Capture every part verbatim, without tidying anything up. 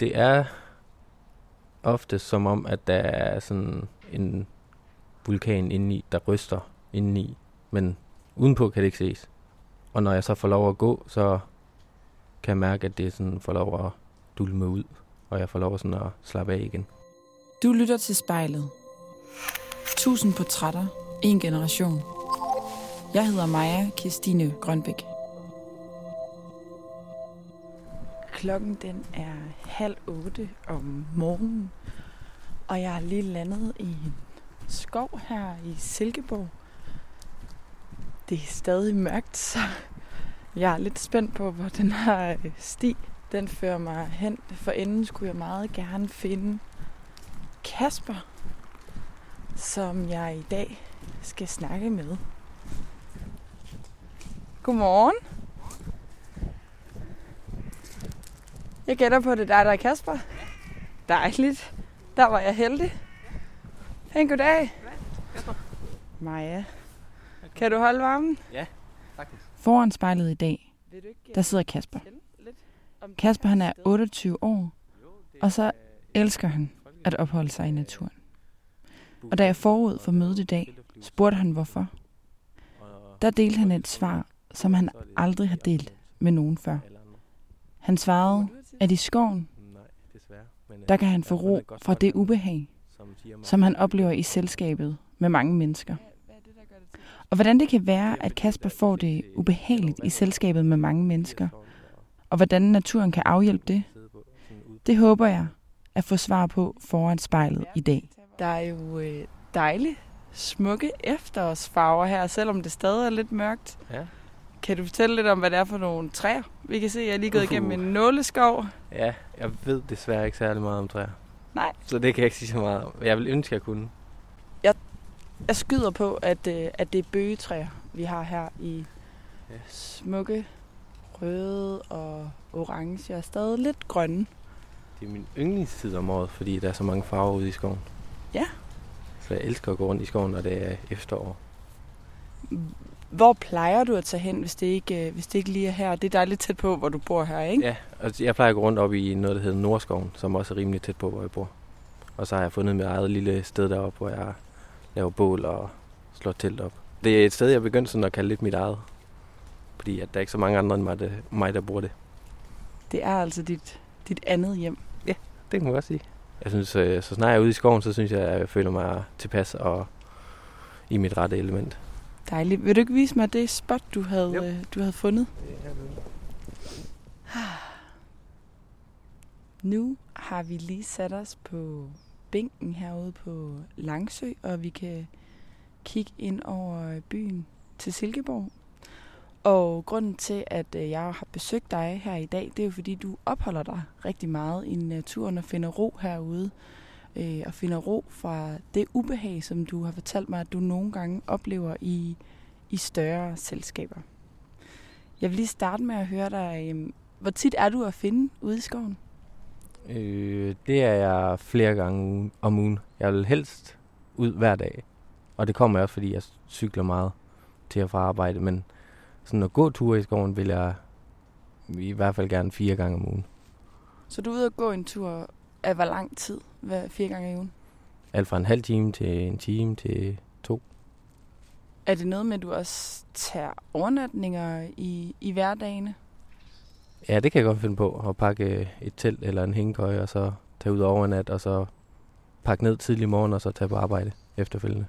det er ofte som om, at der er sådan en vulkan indeni, der ryster indeni, men udenpå kan det ikke ses. Og når jeg så får lov at gå, så kan jeg mærke, at det sådan får lov at dulme ud, og jeg får lov sådan at slappe af igen. Du lytter til Spejlet. Tusind portrætter, en generation. Jeg hedder Maja Kirstine Grønbæk. Klokken den er halv otte om morgenen, og jeg er lige landet i en skov her i Silkeborg. Det er stadig mørkt, så jeg er lidt spændt på, hvor den her sti den fører mig hen. For enden skulle jeg meget gerne finde Kasper, som jeg i dag skal snakke med. Godmorgen. Jeg gætter på, det er dig, der er Kasper. Dejligt. Der var jeg heldig. Hej, goddag. Kasper. Maja. Kan du holde varmen? Ja, faktisk. Foran spejlet i dag, der sidder Kasper. Kasper han er otteogtyve år, og så elsker han at opholde sig i naturen. Og da jeg forud for mødet i dag, spurgte han hvorfor. Der delte han et svar, som han aldrig har delt med nogen før. Han svarede, at i skoven, der kan han få ro fra det ubehag, som han oplever i selskabet med mange mennesker. Og hvordan det kan være, at Kasper får det ubehageligt i selskabet med mange mennesker, og hvordan naturen kan afhjælpe det, det håber jeg at få svar på foran spejlet i dag. Der er jo øh, dejligt smukke efterårsfarver her, selvom det stadig er lidt mørkt. Ja. Kan du fortælle lidt om, hvad det er for nogle træer? Vi kan se, at jeg er lige gået uh. igennem en nåleskov. Ja, jeg ved desværre ikke særlig meget om træer. Nej. Så det kan jeg ikke sige så meget om. Jeg vil ønske, at jeg kunne. Jeg, jeg skyder på, at, øh, at det er bøgetræer, vi har her i ja. Smukke, røde og orange og stadig lidt grønne. Det er min yndlingstid om året, fordi der er så mange farver ude i skoven. Ja. Så jeg elsker at gå rundt i skoven, når det er efterår. Hvor plejer du at tage hen, hvis det ikke, hvis det ikke lige er her? Det er dejligt tæt på, hvor du bor her, ikke? Ja, og jeg plejer at gå rundt op i noget, der hedder Nordskoven, som også er rimelig tæt på, hvor jeg bor. Og så har jeg fundet mit eget lille sted deroppe, hvor jeg laver bål og slår telt op. Det er et sted, jeg begyndte sådan at kalde lidt mit eget. Fordi at der er ikke så mange andre end mig, der, mig, der bor det. Det er altså dit, dit andet hjem. Ja, det kan man godt sige. Jeg synes, så snart jeg er ude i skoven, så synes jeg, at jeg føler mig tilpas og i mit rette element. Dejligt. Vil du ikke vise mig det spot, du havde, du havde fundet? Nu har vi lige sat os på bænken herude på Langsø, og vi kan kigge ind over byen til Silkeborg. Og grunden til, at jeg har besøgt dig her i dag, det er jo fordi, du opholder dig rigtig meget i naturen og finder ro herude. Øh, og finder ro fra det ubehag, som du har fortalt mig, at du nogle gange oplever i, i større selskaber. Jeg vil lige starte med at høre dig, øh, hvor tit er du at finde ude i skoven? Øh, det er jeg flere gange om ugen. Jeg vil helst ud hver dag. Og det kommer også, fordi jeg cykler meget til at få arbejde. Men sådan at gå ture i skoven vil jeg i hvert fald gerne fire gange om ugen. Så du er ude at gå en tur af hvor lang tid? Hvad, fire gange i ugen? Alt fra en halv time til en time til to. Er det noget med, at du også tager overnatninger i, i hverdagene? Ja, det kan jeg godt finde på. At pakke et telt eller en hængekøje, og så tage ud overnat, og så pakke ned tidlig morgen, og så tage på arbejde efterfølgende.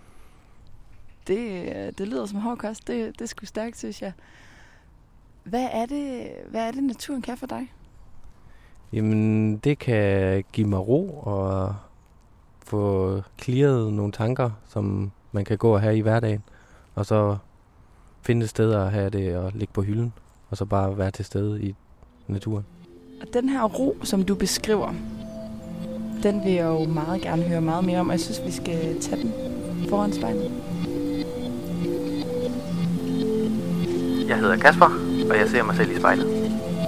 Det, det lyder som hård kost. Det, det er sgu stærkt, synes jeg. Hvad er det, hvad er det naturen kan for dig? Jamen, det kan give mig ro og få clearet nogle tanker, som man kan gå og have i hverdagen. Og så finde et sted at have det og ligge på hylden, og så bare være til stede i naturen. Og den her ro, som du beskriver, den vil jeg jo meget gerne høre meget mere om, og jeg synes, vi skal tage den foran spejlet. Jeg hedder Kasper, og jeg ser mig selv i spejlet.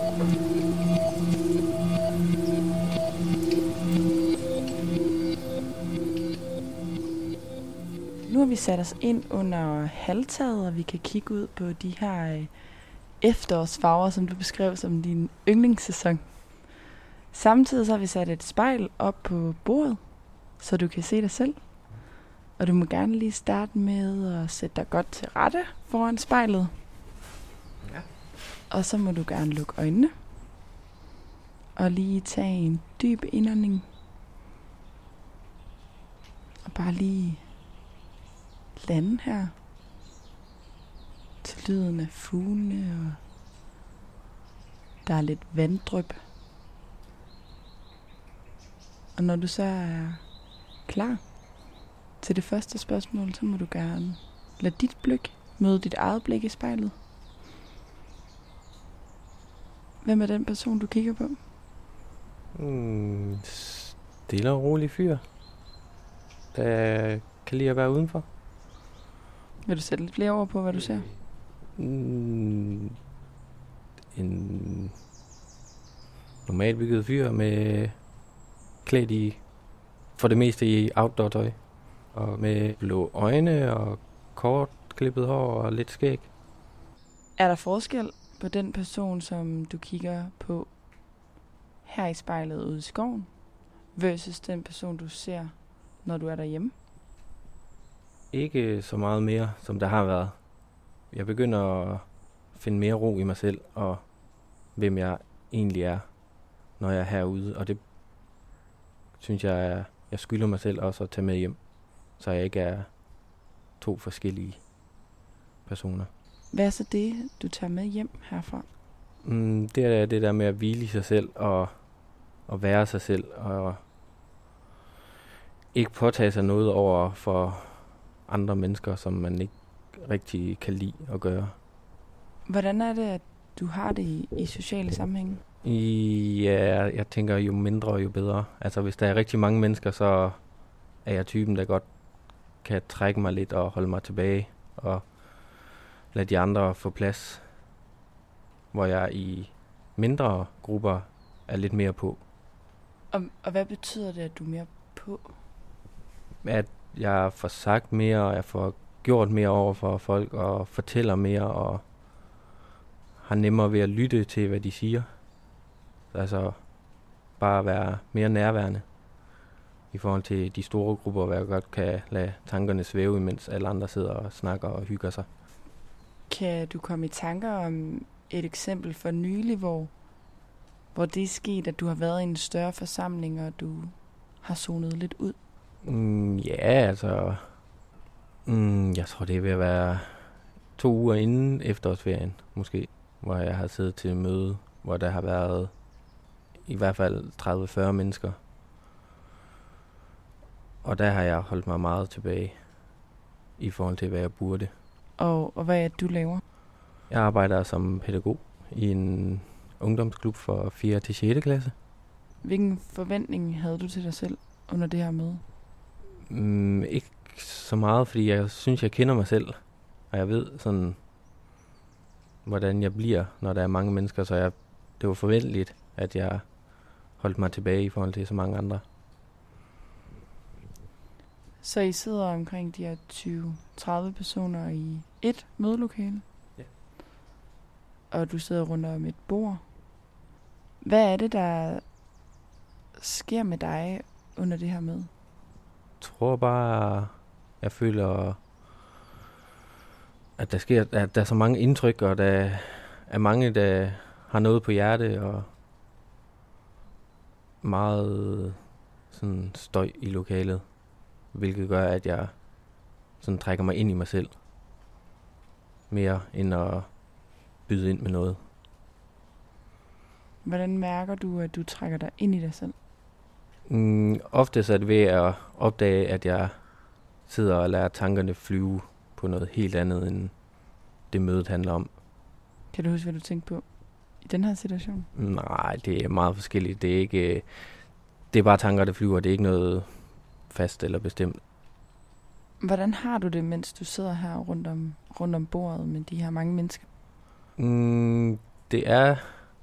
Nu har vi sat os ind under halvtaget, og vi kan kigge ud på de her efterårsfarver, som du beskrev som din yndlingssæson. Samtidig så har vi sat et spejl op på bordet, så du kan se dig selv. Og du må gerne lige starte med at sætte dig godt til rette foran spejlet. Ja. Og så må du gerne lukke øjnene. Og lige tage en dyb indånding. Og bare lige lande her. Til lyden af fuglene, og der er lidt vanddryp. Og når du så er klar til det første spørgsmål, så må du gerne lade dit blik møde dit eget blik i spejlet. Hvem er den person, du kigger på? Mm, stille og rolig fyr, der kan lide at være udenfor. Vil du sætte lidt flere ord på, hvad du ser? Mm, en normalt bygget fyr med klædt i, for det meste i outdoor-tøj. Og med blå øjne og kort klippet hår og lidt skæg. Er der forskel på den person, som du kigger på her i spejlet ude i skoven, versus den person, du ser, når du er derhjemme? Ikke så meget mere, som der har været. Jeg begynder at finde mere ro i mig selv, og hvem jeg egentlig er, når jeg er herude. Og det synes jeg, jeg skylder mig selv også at tage med hjem, så jeg ikke er to forskellige personer. Hvad er så det, du tager med hjem herfra? Mm, det er det der med at hvile i sig selv og, og være sig selv og ikke påtage sig noget over for andre mennesker, som man ikke rigtig kan lide at gøre. Hvordan er det, at du har det i, i sociale sammenhænge? I, ja, jeg tænker jo mindre, jo bedre. Altså hvis der er rigtig mange mennesker, så er jeg typen, der godt kan trække mig lidt og holde mig tilbage og lade de andre få plads, hvor jeg i mindre grupper er lidt mere på. Og, og hvad betyder det, at du er mere på? At jeg får sagt mere, og jeg får gjort mere over for folk, og fortæller mere, og har nemmere ved at lytte til, hvad de siger. Altså bare være mere nærværende i forhold til de store grupper, hvor jeg godt kan lade tankerne svæve, imens alle andre sidder og snakker og hygger sig. Kan du komme i tanker om et eksempel for nylig, hvor, hvor det er sket, at du har været i en større forsamling, og du har zonet lidt ud? Mm, ja, altså... Mm, jeg tror, det er ved at være to uger inden efterårsferien, måske, hvor jeg har siddet til møde, hvor der har været i hvert fald tredive til fyrre mennesker. Og der har jeg holdt mig meget tilbage i forhold til, hvad jeg burde. Og, og hvad er det, du laver? Jeg arbejder som pædagog i en ungdomsklub for fjerde til sjette klasse. Hvilken forventning havde du til dig selv under det her møde? Mm, ikke så meget, fordi jeg synes, jeg kender mig selv. Og jeg ved sådan, hvordan jeg bliver, når der er mange mennesker. Så jeg, det var forventeligt, at jeg holdt mig tilbage i forhold til så mange andre. Så I sidder omkring de her tyve til tredive personer i et mødelokale? Ja. Og du sidder rundt om et bord. Hvad er det, der sker med dig under det her møde? Jeg tror bare, jeg føler, at der sker, at der er så mange indtryk, og der er mange, der har noget på hjerte, og meget sådan støj i lokalet, hvilket gør, at jeg sådan trækker mig ind i mig selv mere end at byde ind med noget. Hvordan mærker du, at du trækker dig ind i dig selv? Mm, oftest er det ved at opdage, at jeg sidder og lader tankerne flyve på noget helt andet, end det mødet handler om. Kan du huske, hvad du tænkte på i den her situation? Nej, det er meget forskelligt. Det er ikke, det er bare tanker, der flyver. Det er ikke noget fast eller bestemt. Hvordan har du det, mens du sidder her rundt om, rundt om bordet med de her mange mennesker? Mm, det er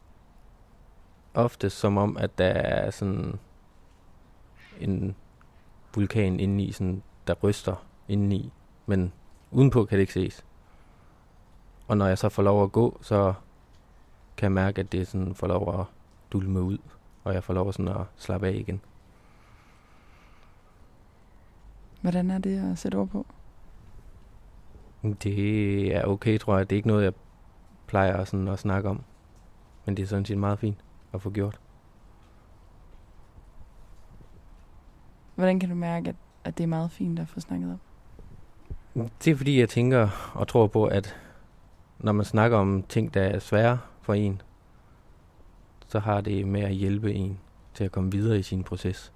ofte som om, at der er sådan en vulkan indeni, sådan, der ryster indeni, men udenpå kan det ikke ses. Og når jeg så får lov at gå, så kan jeg mærke, at det sådan får lov at dulme ud, og jeg får lov sådan at slappe af igen. Hvordan er det at sætte ord på? Det er okay, tror jeg. Det er ikke noget, jeg plejer sådan at snakke om. Men det er sådan set meget fint at få gjort. Hvordan kan du mærke, at, at det er meget fint at få snakket om? Det er fordi, jeg tænker og tror på, at når man snakker om ting, der er svære for en, så har det med at hjælpe en til at komme videre i sin proces.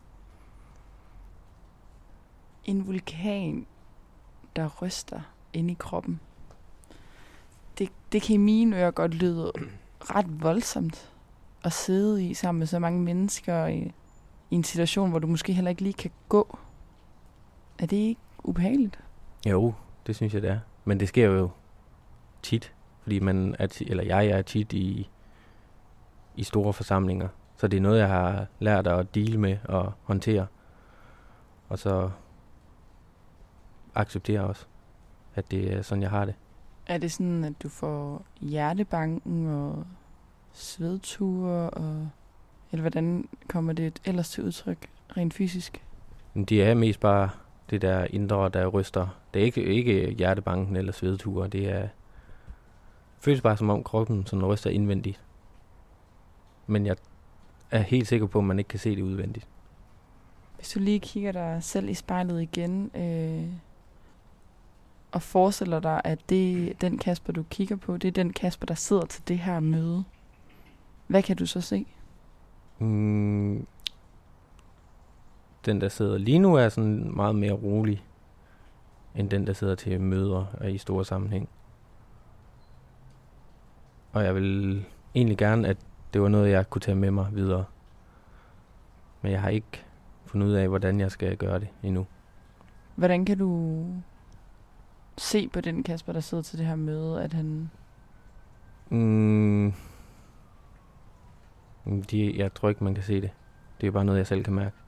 En vulkan, der ryster inde i kroppen. Det, det kan i mine ører godt lyde ret voldsomt at sidde i sammen med så mange mennesker i, i en situation, hvor du måske heller ikke lige kan gå. Er det ikke ubehageligt? Jo, det synes jeg, det er. Men det sker jo tit, fordi man er ti- eller jeg er tit i, i store forsamlinger. Så det er noget, jeg har lært at deale med og håndtere. Og så acceptere også, at det er sådan, jeg har det. Er det sådan, at du får hjertebanken og svedture, og eller hvordan kommer det ellers til udtryk rent fysisk? Det er mest bare det der indre, der ryster. Det er ikke, ikke hjertebanken eller svedture. Det er føles bare som om kroppen sådan ryster indvendigt. Men jeg er helt sikker på, at man ikke kan se det udvendigt. Hvis du lige kigger dig selv i spejlet igen, øh, og forestiller dig, at det den Kasper, du kigger på, det er den Kasper, der sidder til det her møde. Hvad kan du så se? Mm, den, der sidder lige nu, er sådan meget mere rolig, end den, der sidder til møder og i store sammenhæng. Og jeg vil egentlig gerne, at det var noget, jeg kunne tage med mig videre. Men jeg har ikke fundet ud af, hvordan jeg skal gøre det endnu. Hvordan kan du se på den Kasper, der sidder til det her møde, at han... Mm, de, jeg tror ikke, man kan se det. Det er bare noget, jeg selv kan mærke.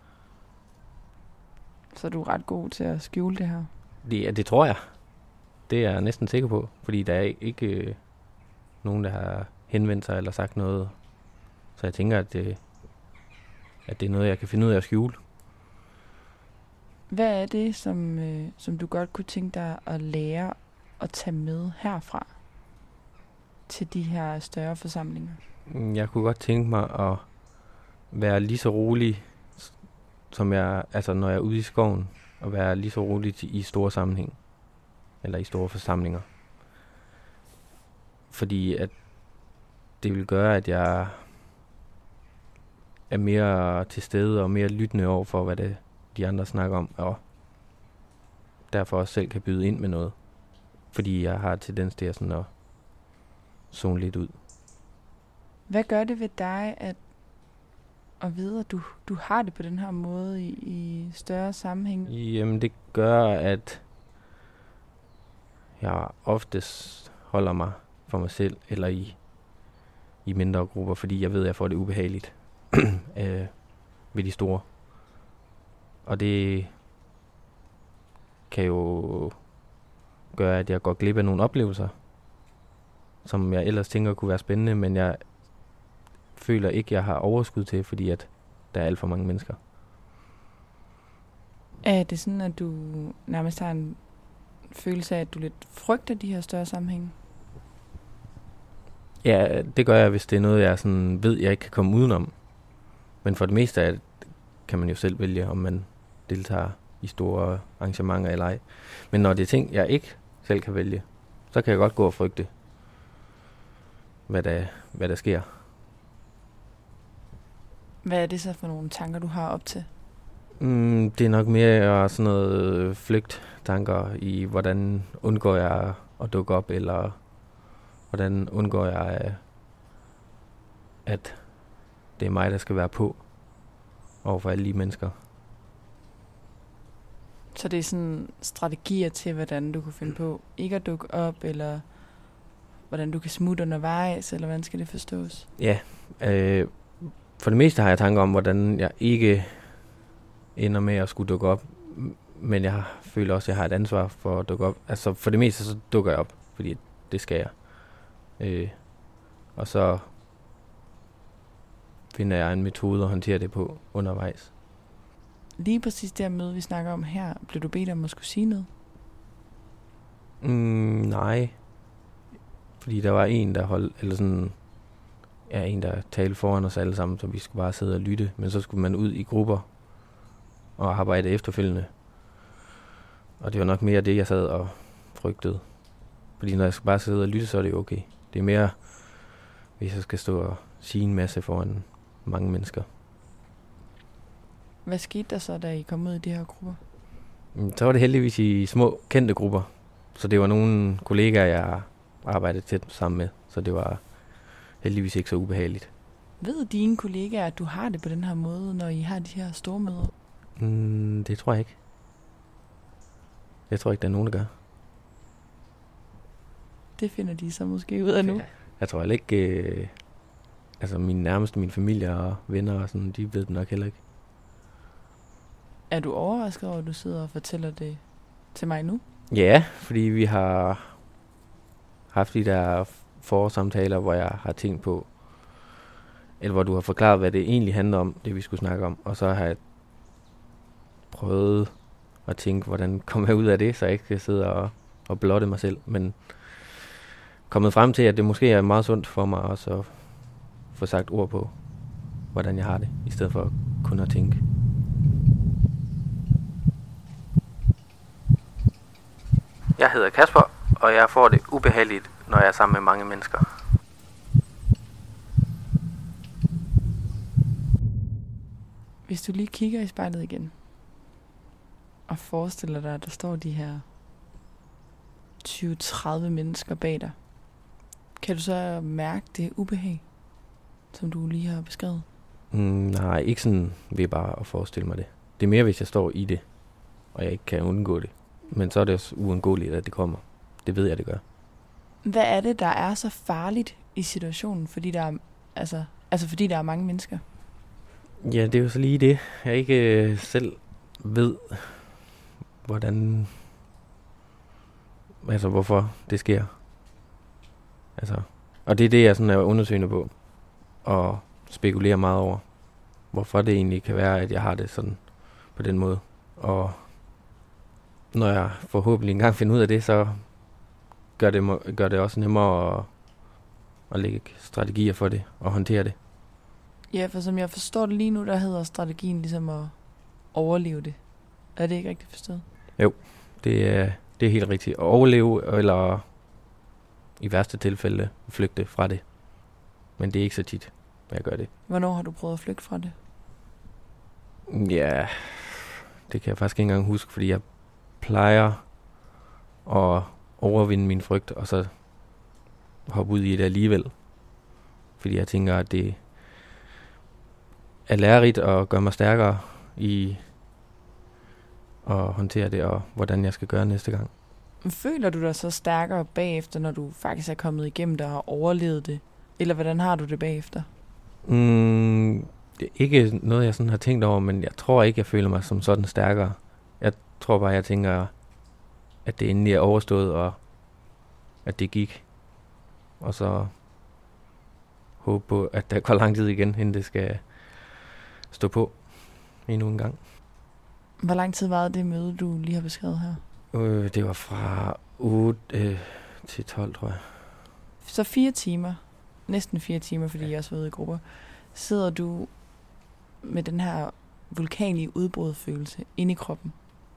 Så er du ret god til at skjule det her? Det, ja, det tror jeg. Det er jeg næsten sikker på. Fordi der er ikke øh, nogen, der har henvendt sig eller sagt noget. Så jeg tænker, at det, at det er noget, jeg kan finde ud af at skjule. Hvad er det, som, øh, som du godt kunne tænke dig at lære at tage med herfra til de her større forsamlinger? Jeg kunne godt tænke mig at være lige så rolig, som jeg, altså når jeg er ude i skoven, og være lige så rolig i store sammenhæng, eller i store forsamlinger. Fordi at det vil gøre, at jeg er mere til stede og mere lyttende over for, hvad det de andre snakker om, og derfor også selv kan byde ind med noget. Fordi jeg har tendens til at, sådan at zone lidt ud. Hvad gør det ved dig, at, at vide, at du, du har det på den her måde i, i større sammenhæng? Jamen det gør, at jeg oftest holder mig for mig selv, eller i, i mindre grupper, fordi jeg ved, at jeg får det ubehageligt øh, ved de store. Og det kan jo gøre, at jeg går glip af nogle oplevelser, som jeg ellers tænker kunne være spændende, men jeg føler ikke, jeg har overskud til, fordi at der er alt for mange mennesker. Er det sådan, at du nærmest har en følelse af, at du lidt frygter de her større sammenhænge? Ja, det gør jeg, hvis det er noget, jeg sådan ved, jeg ikke kan komme udenom. Men for det meste af det, kan man jo selv vælge, om man deltager i store arrangementer eller ej. Men når det er ting, jeg ikke selv kan vælge, så kan jeg godt gå og frygte, hvad der, hvad der sker. Hvad er det så for nogle tanker, du har op til? Mm, det er nok mere sådan noget flygttanker i, hvordan undgår jeg at dukke op, eller hvordan undgår jeg, at det er mig, der skal være på overfor alle de mennesker. Så det er sådan strategier til, hvordan du kunne finde på ikke at dukke op, eller hvordan du kan smutte undervejs, eller hvordan skal det forstås? Ja, øh, for det meste har jeg tanker om, hvordan jeg ikke ender med at skulle dukke op, men jeg føler også, at jeg har et ansvar for at dukke op. Altså for det meste så dukker jeg op, fordi det skal jeg. Øh, og så finder jeg en metode at håndtere det på undervejs. Lige præcis det her møde, vi snakker om her, blev du bedt om at skulle sige noget? Mm, nej. Fordi der var en, der holdt, eller sådan, ja, en, der talte foran os alle sammen, så vi skulle bare sidde og lytte. Men så skulle man ud i grupper og arbejde efterfølgende. Og det var nok mere det, jeg sad og frygtede. Fordi når jeg skal bare sidde og lytte, så er det jo okay. Det er mere, hvis jeg skal stå og sige en masse foran mange mennesker. Hvad skete der så, da I kom ud i de her grupper? Så var det heldigvis i små, kendte grupper. Så det var nogle kollegaer, jeg arbejdede tæt sammen med. Så det var heldigvis ikke så ubehageligt. Ved dine kollegaer, at du har det på den her måde, når I har de her store møder? Mm, det tror jeg ikke. Jeg tror ikke, der er nogen, der gør. Det finder de så måske ud af nu. Jeg tror heller ikke, øh, altså min nærmeste, min familie og venner og sådan, de ved det nok heller ikke. Er du overrasket over, at du sidder og fortæller det til mig nu? Ja, fordi vi har haft de der forsamtaler, hvor jeg har tænkt på, eller hvor du har forklaret, hvad det egentlig handler om, det vi skulle snakke om, og så har jeg prøvet at tænke, hvordan kommer jeg ud af det, så jeg ikke skal sidde og, og blotte mig selv, men kommet frem til, at det måske er meget sundt for mig også at få sagt ord på, hvordan jeg har det, i stedet for kun at tænke. Jeg hedder Kasper, og jeg får det ubehageligt, når jeg er sammen med mange mennesker. Hvis du lige kigger i spejlet igen, og forestiller dig, at der står de her tyve til tredive mennesker bag dig, kan du så mærke det ubehag, som du lige har beskrevet? Mm, nej, ikke sådan ved bare at forestille mig det. Det er mere, hvis jeg står i det, og jeg ikke kan undgå det. Men så er det også uundgåeligt, at det kommer. Det ved jeg, det gør. Hvad er det, der er så farligt i situationen, fordi der er, altså, altså fordi der er mange mennesker? Ja, det er jo så lige det. Jeg ikke øh, selv ved, hvordan, altså hvorfor det sker. Altså, og det er det, jeg sådan er undersøgende på, og spekulerer meget over, hvorfor det egentlig kan være, at jeg har det sådan på den måde. Og når jeg forhåbentlig engang finder ud af det, så gør det, gør det også nemmere at, at lægge strategier for det og håndtere det. Ja, for som jeg forstår det lige nu, der hedder strategien ligesom at overleve det. Er det ikke rigtigt forstået? Jo, det er, det er helt rigtigt. At overleve, eller i værste tilfælde flygte fra det. Men det er ikke så tit, at jeg gør det. Hvornår har du prøvet at flygte fra det? Ja, det kan jeg faktisk ikke engang huske, fordi jeg plejer at overvinde min frygt, og så hoppe ud i det alligevel. Fordi jeg tænker, at det er lærerigt og gør mig stærkere i at håndtere det, og hvordan jeg skal gøre næste gang. Føler du dig så stærkere bagefter, når du faktisk er kommet igennem det og har overlevet det? Eller hvordan har du det bagefter? Mm, det er ikke noget, jeg sådan har tænkt over, men jeg tror ikke, jeg føler mig som sådan stærkere. Jeg tror bare, jeg tænker, at det endelig er overstået, og at det gik. Og så håbe på, at der går lang tid igen, inden det skal stå på endnu en gang. Hvor lang tid varede det møde, du lige har beskrevet her? Øh, det var fra otte øh, til tolv, tror jeg. Så fire timer, næsten fire timer, fordi jeg også var ude i grupper, sidder du med den her vulkanlige udbrudfølelse inde i kroppen.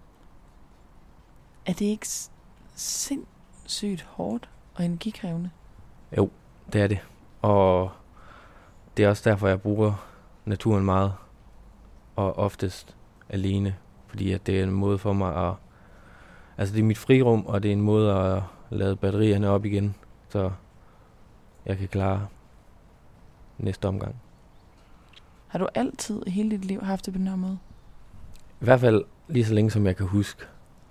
Er det ikke sindssygt hårdt og energikrævende? Jo, det er det. Og det er også derfor, jeg bruger naturen meget, og oftest alene, fordi at det er en måde for mig at, altså det er mit frirum, og det er en måde at lade batterierne op igen, så jeg kan klare næste omgang. Har du altid i hele dit liv haft det på den her måde? I hvert fald lige så længe, som jeg kan huske.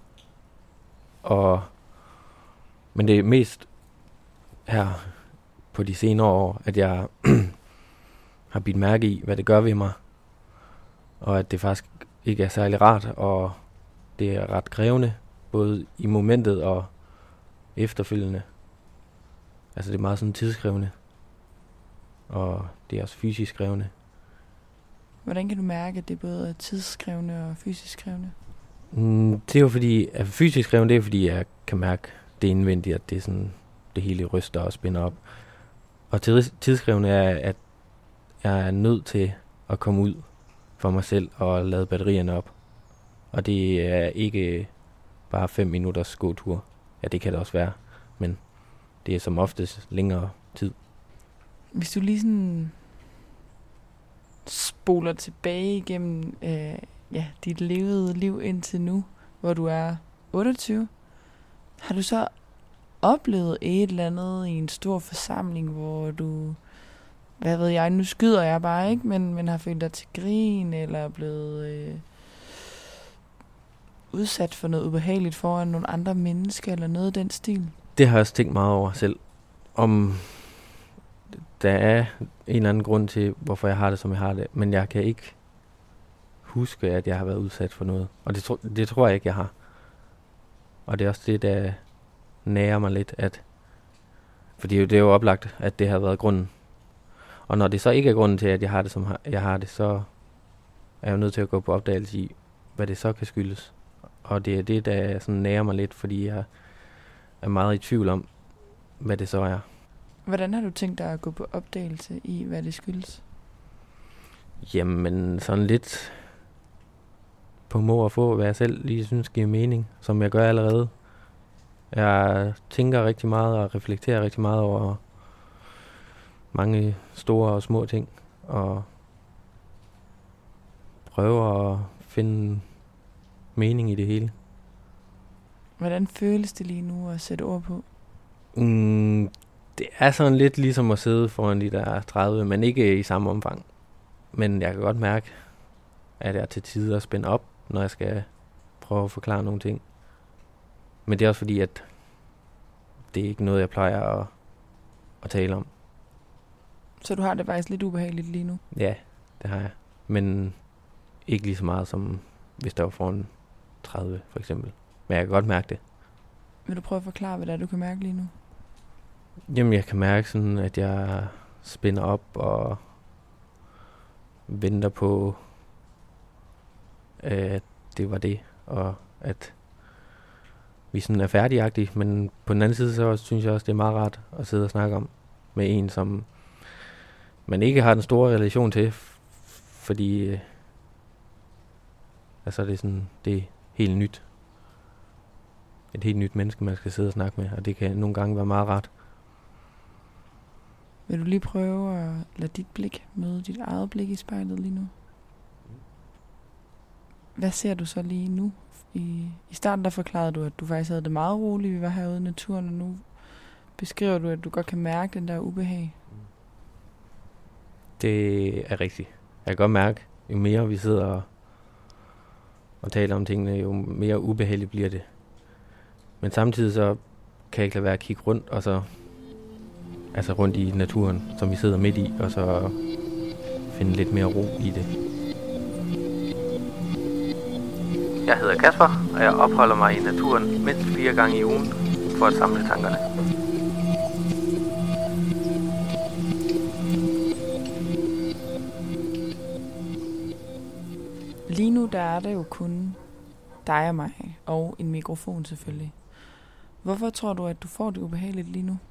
Og, men det er mest her på de senere år, at jeg har bidt mærke i, hvad det gør ved mig. Og at det faktisk ikke er særlig rart, og det er ret krævende, både i momentet og efterfølgende. Altså det er meget sådan tidskrævende, og det er også fysisk krævende. Hvordan kan du mærke, at det både er tidskrævende og fysisk krævende? Mm, det er jo fordi, at fysisk krævende, det er fordi, jeg kan mærke det indvendigt, at det er sådan, det hele ryster og spænder op. Og tidskrævende er, at jeg er nødt til at komme ud for mig selv og lade batterierne op. Og det er ikke bare fem minutters gåtur. Ja, det kan det også være, men det er som oftest længere tid. Hvis du lige sådan spoler tilbage igennem øh, ja, dit levede liv indtil nu, hvor du er otteogtyve, har du så oplevet et eller andet i en stor forsamling, hvor du, hvad ved jeg, nu skyder jeg bare ikke, men, men har følt dig til grin, eller er blevet øh, udsat for noget ubehageligt foran nogle andre mennesker, eller noget af den stil? Det har jeg også tænkt meget over selv. Om der er en eller anden grund til, hvorfor jeg har det, som jeg har det, men jeg kan ikke huske, at jeg har været udsat for noget. Og det, tro, det tror jeg ikke, jeg har. Og det er også det, der nærer mig lidt, at fordi det er jo oplagt, at det har været grunden. Og når det så ikke er grunden til, at jeg har det, som jeg har det, så er jeg jo nødt til at gå på opdagelse i, hvad det så kan skyldes. Og det er det, der sådan nærer mig lidt, fordi jeg er meget i tvivl om, hvad det så er. Hvordan har du tænkt dig at gå på opdagelse i, hvad det skyldes? Jamen, sådan lidt på må og få, hvad jeg selv lige synes giver mening, som jeg gør allerede. Jeg tænker rigtig meget og reflekterer rigtig meget over mange store og små ting, og prøver at finde mening i det hele. Hvordan føles det lige nu at sætte ord på? Mm, det er sådan lidt ligesom at sidde foran de der tredive, men ikke i samme omfang. Men jeg kan godt mærke, at jeg er til tider at spænde op, når jeg skal prøve at forklare nogle ting. Men det er også fordi, at det er ikke noget, jeg plejer at, at tale om. Så du har det faktisk lidt ubehageligt lige nu? Ja, det har jeg. Men ikke lige så meget som hvis der var foran tredive, for eksempel. Men jeg kan godt mærke det. Vil du prøve at forklare, hvad det er, du kan mærke lige nu? Jamen, jeg kan mærke sådan, at jeg spænder op og venter på, at det var det, og at vi sådan er færdigagtige. Men på den anden side, så synes jeg også, det er meget rart at sidde og snakke om med en, som man ikke har den store relation til, f- fordi øh, altså det er sådan, det er helt nyt. Et helt nyt menneske, man skal sidde og snakke med, og det kan nogle gange være meget rart. Vil du lige prøve at lade dit blik møde dit eget blik i spejlet lige nu? Hvad ser du så lige nu? I, i starten der forklarede du, at du faktisk havde det meget roligt. Vi var herude i naturen, og nu beskriver du, at du godt kan mærke den der ubehag. Det er rigtigt. Jeg kan godt mærke, jo mere vi sidder og, og taler om tingene, jo mere ubehageligt bliver det. Men samtidig så kan jeg ikke lade være at kigge rundt, og så altså rundt i naturen, som vi sidder midt i, og så finde lidt mere ro i det. Jeg hedder Kasper, og jeg opholder mig i naturen mindst fire gange i ugen for at samle tankerne. Lige nu der er det jo kun dig og mig, og en mikrofon selvfølgelig. Hvorfor tror du, at du får det ubehageligt lige nu?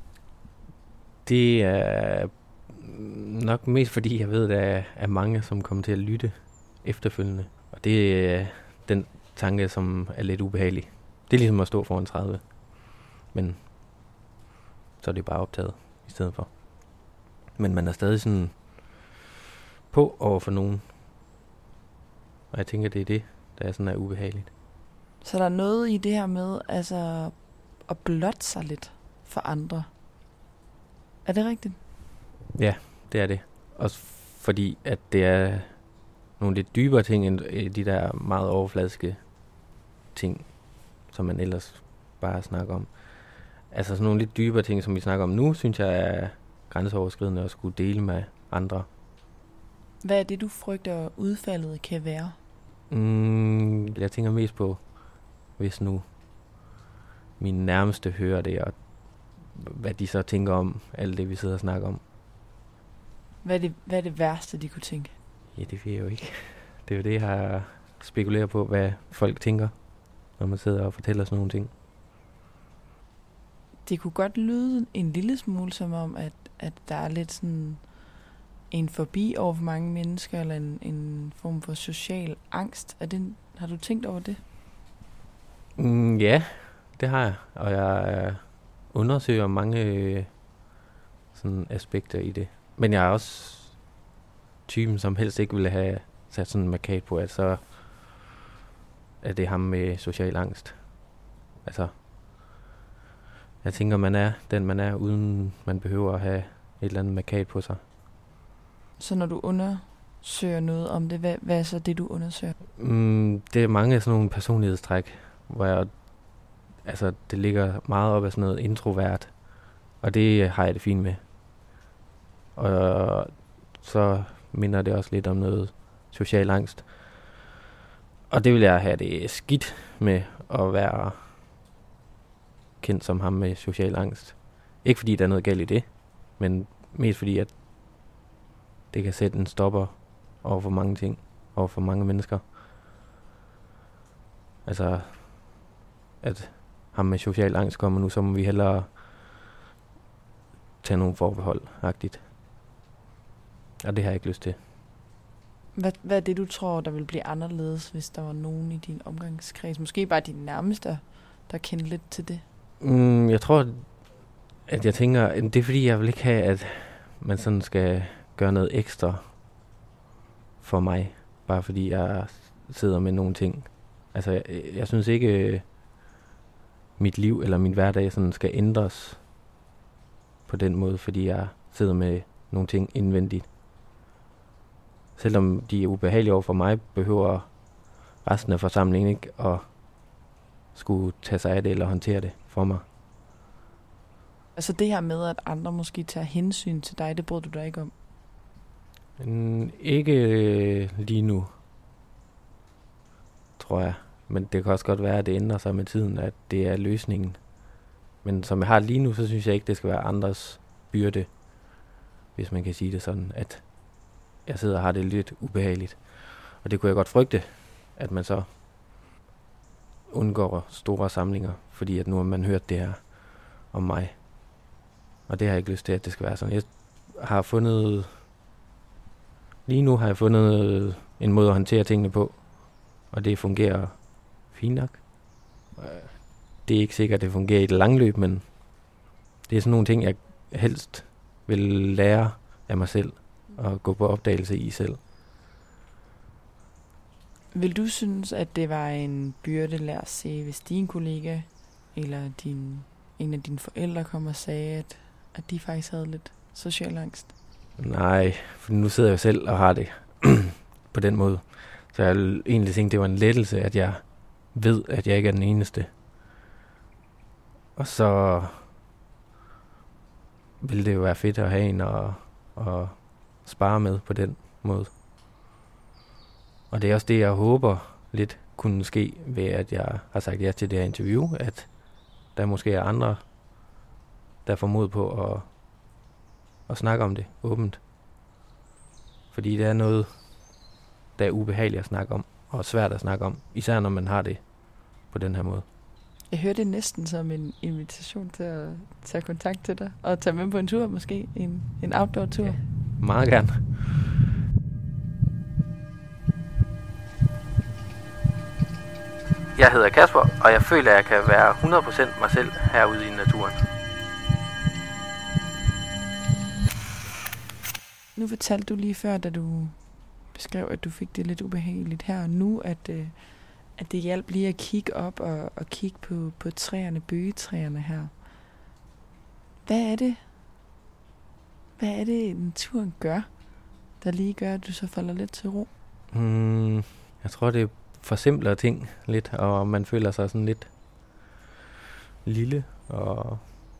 Det er nok mest fordi, jeg ved, at der er mange, som kommer til at lytte efterfølgende. Og det er den tanke, som er lidt ubehagelig. Det er ligesom at stå foran tredive. Men så er det bare optaget i stedet for. Men man er stadig sådan på over for nogen. Og jeg tænker, det er det, der er sådan er ubehageligt. Så der er noget i det her med altså at blotte sig lidt for andre. Er det rigtigt? Ja, det er det. Også fordi, at det er nogle lidt dybere ting, end de der meget overfladiske ting, som man ellers bare snakker om. Altså sådan nogle lidt dybere ting, som vi snakker om nu, synes jeg er grænseoverskridende at skulle dele med andre. Hvad er det, du frygter, udfaldet kan være? Mm, jeg tænker mest på, hvis nu mine nærmeste hører det, og hvad de så tænker om alt det, vi sidder og snakker om. Hvad er det, hvad er det værste, de kunne tænke? Ja, det ved jeg jo ikke. Det er jo det, jeg spekulerer på, hvad folk tænker, når man sidder og fortæller sådan nogle ting. Det kunne godt lyde en lille smule som om, at, at der er lidt sådan en fobi over for mange mennesker, eller en, en form for social angst. Er det, har du tænkt over det? Mm, ja, det har jeg. Og jeg øh, undersøger mange øh, sådan aspekter i det. Men jeg er også typen, som helst ikke ville have sat sådan en markat på, at så er det ham med social angst. Altså, jeg tænker, man er den, man er, uden man behøver at have et eller andet markat på sig. Så når du undersøger noget om det, hvad, hvad er så det, du undersøger? Mm, det er mange af sådan nogle personlighedstræk, hvor jeg, altså, det ligger meget op af sådan noget introvert, og det har jeg det fint med. Og så minder det også lidt om noget social angst. Og det vil jeg have det skidt med at være kendt som ham med social angst. Ikke fordi der er noget galt i det, men mest fordi, at det kan sætte en stopper over for mange ting, over for mange mennesker. Altså, at ham med social angst kommer nu, så må vi hellere tage nogle forbehold-agtigt. Og det har jeg ikke lyst til. Hvad, hvad er det, du tror, der vil blive anderledes, hvis der var nogen i din omgangskreds? Måske bare dine nærmeste, der kender lidt til det? Mm, jeg tror, at jeg tænker, at det er fordi, jeg vil ikke have, at man sådan skal gøre noget ekstra for mig, bare fordi jeg sidder med nogle ting. Altså, jeg, jeg synes ikke, mit liv eller min hverdag sådan skal ændres på den måde, fordi jeg sidder med nogle ting indvendigt. Selvom de er ubehagelige over for mig, behøver resten af forsamlingen ikke at skulle tage sig af det eller håndtere det for mig. Altså det her med, at andre måske tager hensyn til dig, det bryder du dig ikke om? Mm, ikke øh, lige nu, tror jeg. Men det kan også godt være, at det ændrer sig med tiden, at det er løsningen. Men som jeg har lige nu, så synes jeg ikke, det skal være andres byrde, hvis man kan sige det sådan, at jeg sidder og har det lidt ubehageligt. Og det kunne jeg godt frygte, at man så undgår store samlinger, fordi at nu har man hørt det her om mig. Og det har jeg ikke lyst til, at det skal være sådan. Jeg har fundet... Lige nu har jeg fundet en måde at håndtere tingene på, og det fungerer fint nok. Det er ikke sikkert, at det fungerer i det lange løb, men det er sådan nogle ting, jeg helst vil lære af mig selv og gå på opdagelse i selv. Vil du synes, at det var en byrde, lad os se, hvis din kollega eller din, en af dine forældre kom og sagde, at, at de faktisk havde lidt social angst? Nej, for nu sidder jeg selv og har det på den måde. Så jeg vil egentlig tænke, det var en lettelse, at jeg ved, at jeg ikke er den eneste. Og så ville det jo være fedt at have en at, at spare med på den måde. Og det er også det, jeg håber lidt kunne ske ved, at jeg har sagt ja til det her interview, at der måske er andre, der får mod på at, at snakke om det åbent. Fordi det er noget, der er ubehageligt at snakke om, og svært at snakke om, især når man har det på den her måde. Jeg hører det næsten som en invitation til at tage kontakt til dig, og tage med på en tur måske, en, en outdoor-tur. Ja, meget gerne. Jeg hedder Kasper, og jeg føler, at jeg kan være hundrede procent mig selv herude i naturen. Nu fortalte du lige før, da du beskrev, at du fik det lidt ubehageligt her og nu, at, øh, at det hjalp lige at kigge op og, og kigge på, på træerne, bøgetræerne her. Hvad er det? Hvad er det, naturen gør, der lige gør, at du så falder lidt til ro? Hmm, jeg tror, det er forsimpler ting lidt, og man føler sig sådan lidt lille og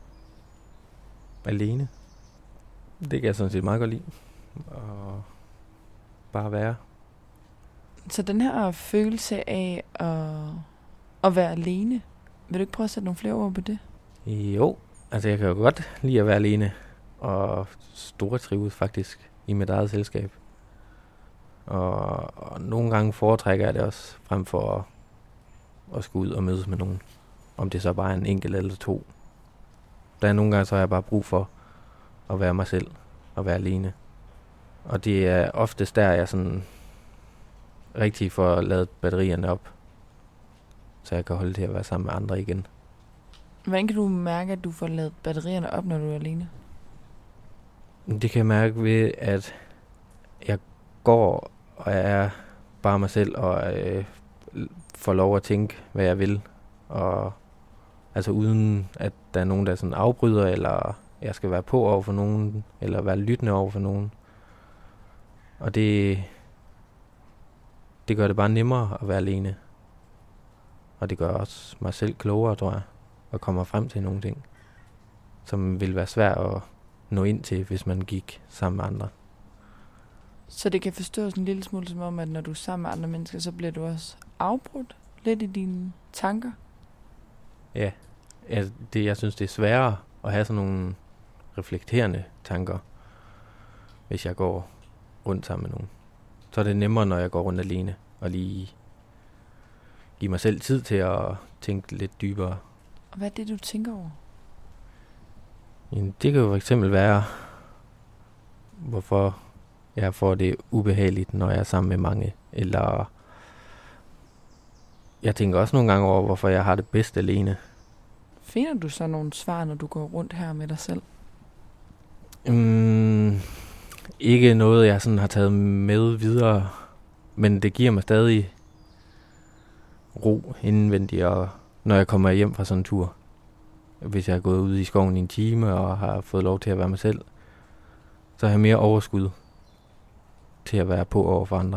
alene. Det kan jeg sådan set meget godt lide. Og bare være. Så den her følelse af at, at være alene, vil du ikke prøve at sætte nogle flere ord på det? Jo, altså jeg kan jo godt lide at være alene, og store trives faktisk i mit eget selskab. Og, og nogle gange foretrækker jeg det også, frem for at, at skulle ud og mødes med nogen. Om det så bare er en enkelt eller to. Der er nogle gange, så har jeg bare brug for at være mig selv og være alene. Og det er oftest der, jeg sådan rigtig får lavet batterierne op, så jeg kan holde til at være sammen med andre igen. Hvordan kan du mærke, at du får lavet batterierne op, når du er alene? Det kan jeg mærke ved, at jeg går og jeg er bare mig selv og øh, får lov at tænke, hvad jeg vil. Og altså uden at der er nogen, der sådan afbryder, eller jeg skal være på over for nogen, eller være lyttende over for nogen. Og det, det gør det bare nemmere at være alene. Og det gør også mig selv klogere, tror jeg, og kommer frem til nogle ting, som vil være svært at nå ind til, hvis man gik sammen med andre. Så det kan forstås en lille smule som om, at når du er sammen med andre mennesker, så bliver du også afbrudt lidt i dine tanker? Ja, ja det, jeg synes, det er sværere at have sådan nogle reflekterende tanker, hvis jeg går rundt sammen med nogen. Så er det nemmere, når jeg går rundt alene, og lige give mig selv tid til at tænke lidt dybere. Og hvad er det, du tænker over? Det kan jo for eksempel være, hvorfor jeg får det ubehageligt, når jeg er sammen med mange. Eller jeg tænker også nogle gange over, hvorfor jeg har det bedst alene. Finder du så nogle svar, når du går rundt her med dig selv? Mm, ikke noget, jeg sådan har taget med videre, men det giver mig stadig ro indvendigt, og når jeg kommer hjem fra sådan en tur. Hvis jeg er gået ud i skoven i en time og har fået lov til at være mig selv, så har jeg mere overskud til at være på over for andre.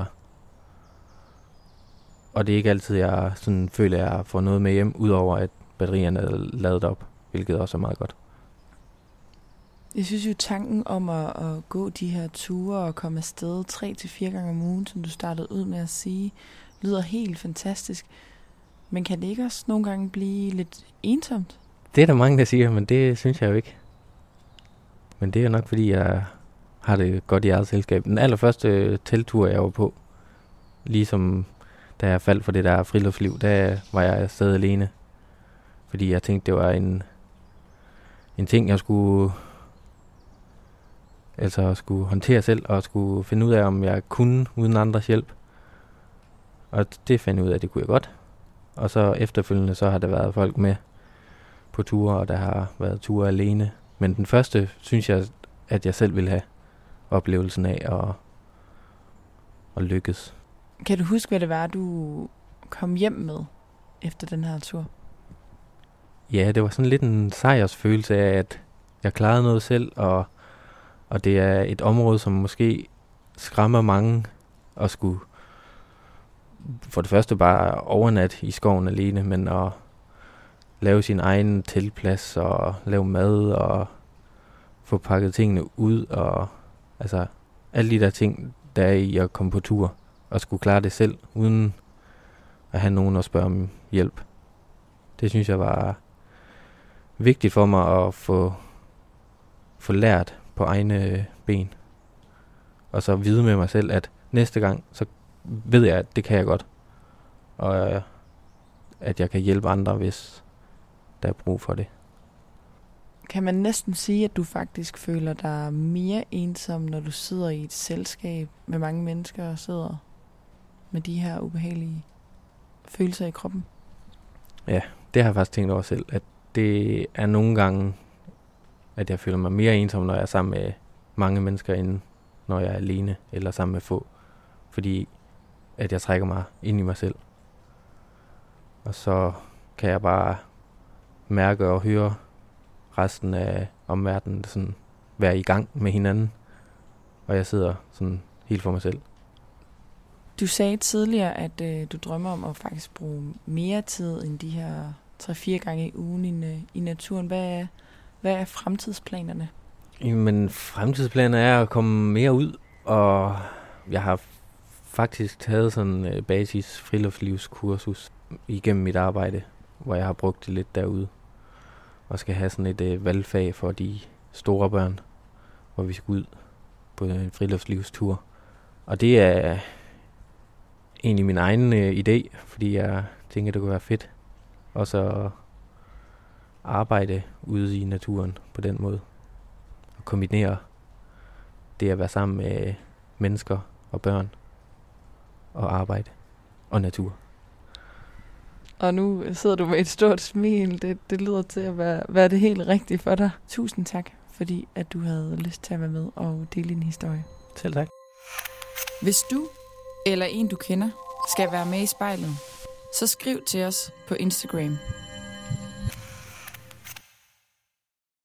Og det er ikke altid, jeg sådan føler, at jeg får noget med hjem, udover at batterierne er ladet op, hvilket også er meget godt. Jeg synes jo, tanken om at, at gå de her ture og komme afsted tre til fire gange om ugen, som du startede ud med at sige, lyder helt fantastisk. Men kan det ikke også nogle gange blive lidt ensomt? Det er der mange, der siger, men det synes jeg jo ikke. Men det er jo nok, fordi jeg har det godt i eget selskab. Den allerførste telttur, jeg var på, ligesom da jeg faldt for det der friluftsliv, der var jeg stadig alene. Fordi jeg tænkte, det var en, en ting, jeg skulle, altså skulle håndtere selv, og skulle finde ud af, om jeg kunne uden andres hjælp. Og det fandt jeg ud af, at det kunne jeg godt. Og så efterfølgende, så har der været folk med på ture, og der har været ture alene. Men den første, synes jeg, at jeg selv ville have oplevelsen af at, at lykkes. Kan du huske, hvad det var, du kom hjem med efter den her tur? Ja, det var sådan lidt en sejrsfølelse af, at jeg klarede noget selv, og, og det er et område, som måske skræmmer mange at skulle for det første bare overnat i skoven alene, men at lave sin egen teltplads og lave mad og få pakket tingene ud og altså alle de der ting, der er i at komme på tur og skulle klare det selv, uden at have nogen at spørge om hjælp. Det synes jeg var vigtigt for mig at få, få lært på egne ben. Og så vide med mig selv, at næste gang, så ved jeg, at det kan jeg godt. Og at jeg kan hjælpe andre, hvis der er brug for det. Kan man næsten sige, at du faktisk føler dig mere ensom, når du sidder i et selskab med mange mennesker og sidder med de her ubehagelige følelser i kroppen? Ja, det har jeg faktisk tænkt over selv, at det er nogle gange, at jeg føler mig mere ensom, når jeg er sammen med mange mennesker, end når jeg er alene eller sammen med få. Fordi at jeg trækker mig ind i mig selv. Og så kan jeg bare mærke og høre resten af omverdenen sådan være i gang med hinanden. Og jeg sidder sådan helt for mig selv. Du sagde tidligere, at øh, du drømmer om at faktisk bruge mere tid end de her tre-fire gange i ugen i, i naturen. Hvad er, hvad er fremtidsplanerne? Jamen, fremtidsplanerne er at komme mere ud, og jeg har faktisk taget sådan en uh, basis friluftslivskursus igennem mit arbejde, hvor jeg har brugt det lidt derude, og skal have sådan et uh, valgfag for de store børn, hvor vi skal ud på en friluftslivstur. Og det er egentlig min egen øh, idé, fordi jeg tænker, det kunne være fedt. Og så arbejde ude i naturen på den måde. Og kombinere det at være sammen med mennesker og børn og arbejde og natur. Og nu sidder du med et stort smil. Det, det lyder til at være, være det helt rigtige for dig. Tusind tak, fordi at du havde lyst til at være med og dele din historie. Selv tak. Hvis du eller en du kender skal være med i spejlet, så skriv til os på Instagram.